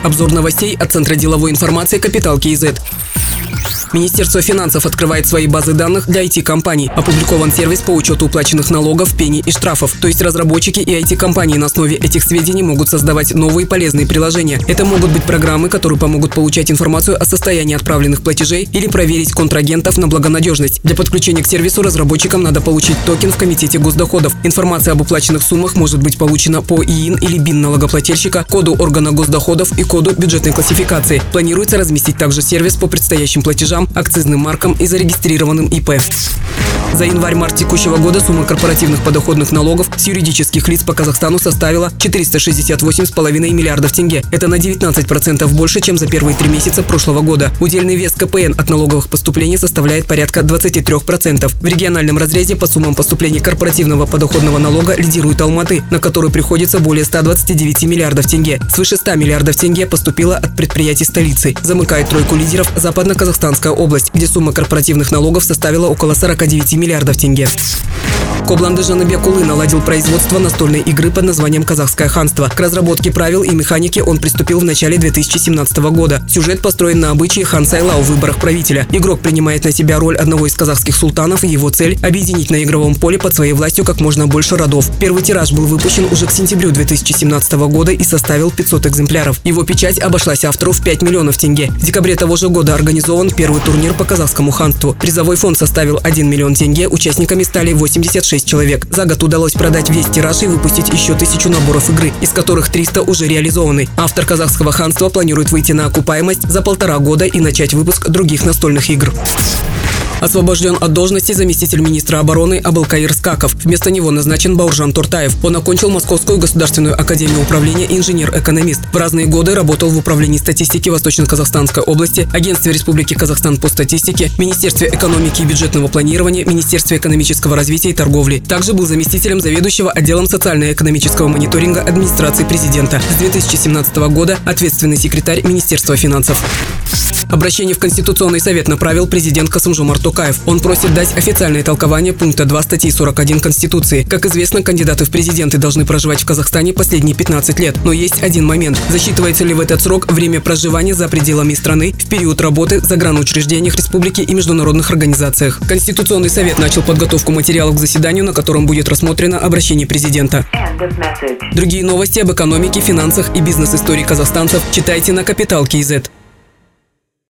Обзор новостей от Центра деловой информации «Капитал КИЗ». Министерство финансов открывает свои базы данных для IT-компаний. Опубликован сервис по учету уплаченных налогов, пений и штрафов. То есть разработчики и IT-компании на основе этих сведений могут создавать новые полезные приложения. Это могут быть программы, которые помогут получать информацию о состоянии отправленных платежей или проверить контрагентов на благонадежность. Для подключения к сервису разработчикам надо получить токен в Комитете госдоходов. Информация об уплаченных суммах может быть получена по ИИН или БИН налогоплательщика, коду органа госдоходов и коду бюджетной классификации. Планируется разместить также сервис по предстоящим платежам, акцизным маркам и зарегистрированным ИП. За январь-март текущего года сумма корпоративных подоходных налогов с юридических лиц по Казахстану составила 468,5 миллиардов тенге. Это на 19% больше, чем за первые 3 месяца прошлого года. Удельный вес КПН от налоговых поступлений составляет порядка 23%. В региональном разрезе по суммам поступлений корпоративного подоходного налога лидирует Алматы, на который приходится более 129 миллиардов тенге. Свыше 100 миллиардов тенге поступило от предприятий столицы. Замыкает тройку лидеров Западно-Казахстанская область, где сумма корпоративных налогов составила около 49 миллиардов тенге. Кобланды Жаныбек Улы наладил производство настольной игры под названием «Казахское ханство». К разработке правил и механики он приступил в начале 2017 года. Сюжет построен на обычае хан Сайлау в выборах правителя. Игрок принимает на себя роль одного из казахских султанов, и его цель – объединить на игровом поле под своей властью как можно больше родов. Первый тираж был выпущен уже к сентябрю 2017 года и составил 500 экземпляров. Его печать обошлась автору в 5 миллионов тенге. В декабре того же года организован первый турнир по казахскому ханству. Призовой фонд составил 1 миллион тенге, участниками стали 86 человек. За год удалось продать весь тираж и выпустить еще 1000 наборов игры, из которых 300 уже реализованы. Автор казахского ханства планирует выйти на окупаемость за 1,5 года и начать выпуск других настольных игр. Освобожден от должности заместитель министра обороны Абылкаир Скаков. Вместо него назначен Бауржан Туртаев. Он окончил Московскую государственную академию управления, инженер-экономист. В разные годы работал в Управлении статистики Восточно-Казахстанской области, Агентстве Республики Казахстан по статистике, Министерстве экономики и бюджетного планирования, Министерстве экономического развития и торговли. Также был заместителем заведующего отделом социально-экономического мониторинга администрации президента. С 2017 года ответственный секретарь Министерства финансов. Обращение в Конституционный совет направил президент Касым-Жомарт Токаев. Он просит дать официальное толкование пункта 2 статьи 41 Конституции. Как известно, кандидаты в президенты должны проживать в Казахстане последние 15 лет. Но есть один момент. Засчитывается ли в этот срок время проживания за пределами страны в период работы в загранучреждениях республики и международных организациях. Конституционный совет начал подготовку материалов к заседанию, на котором будет рассмотрено обращение президента. Другие новости об экономике, финансах и бизнес-истории казахстанцев читайте на Капитал КИЗ.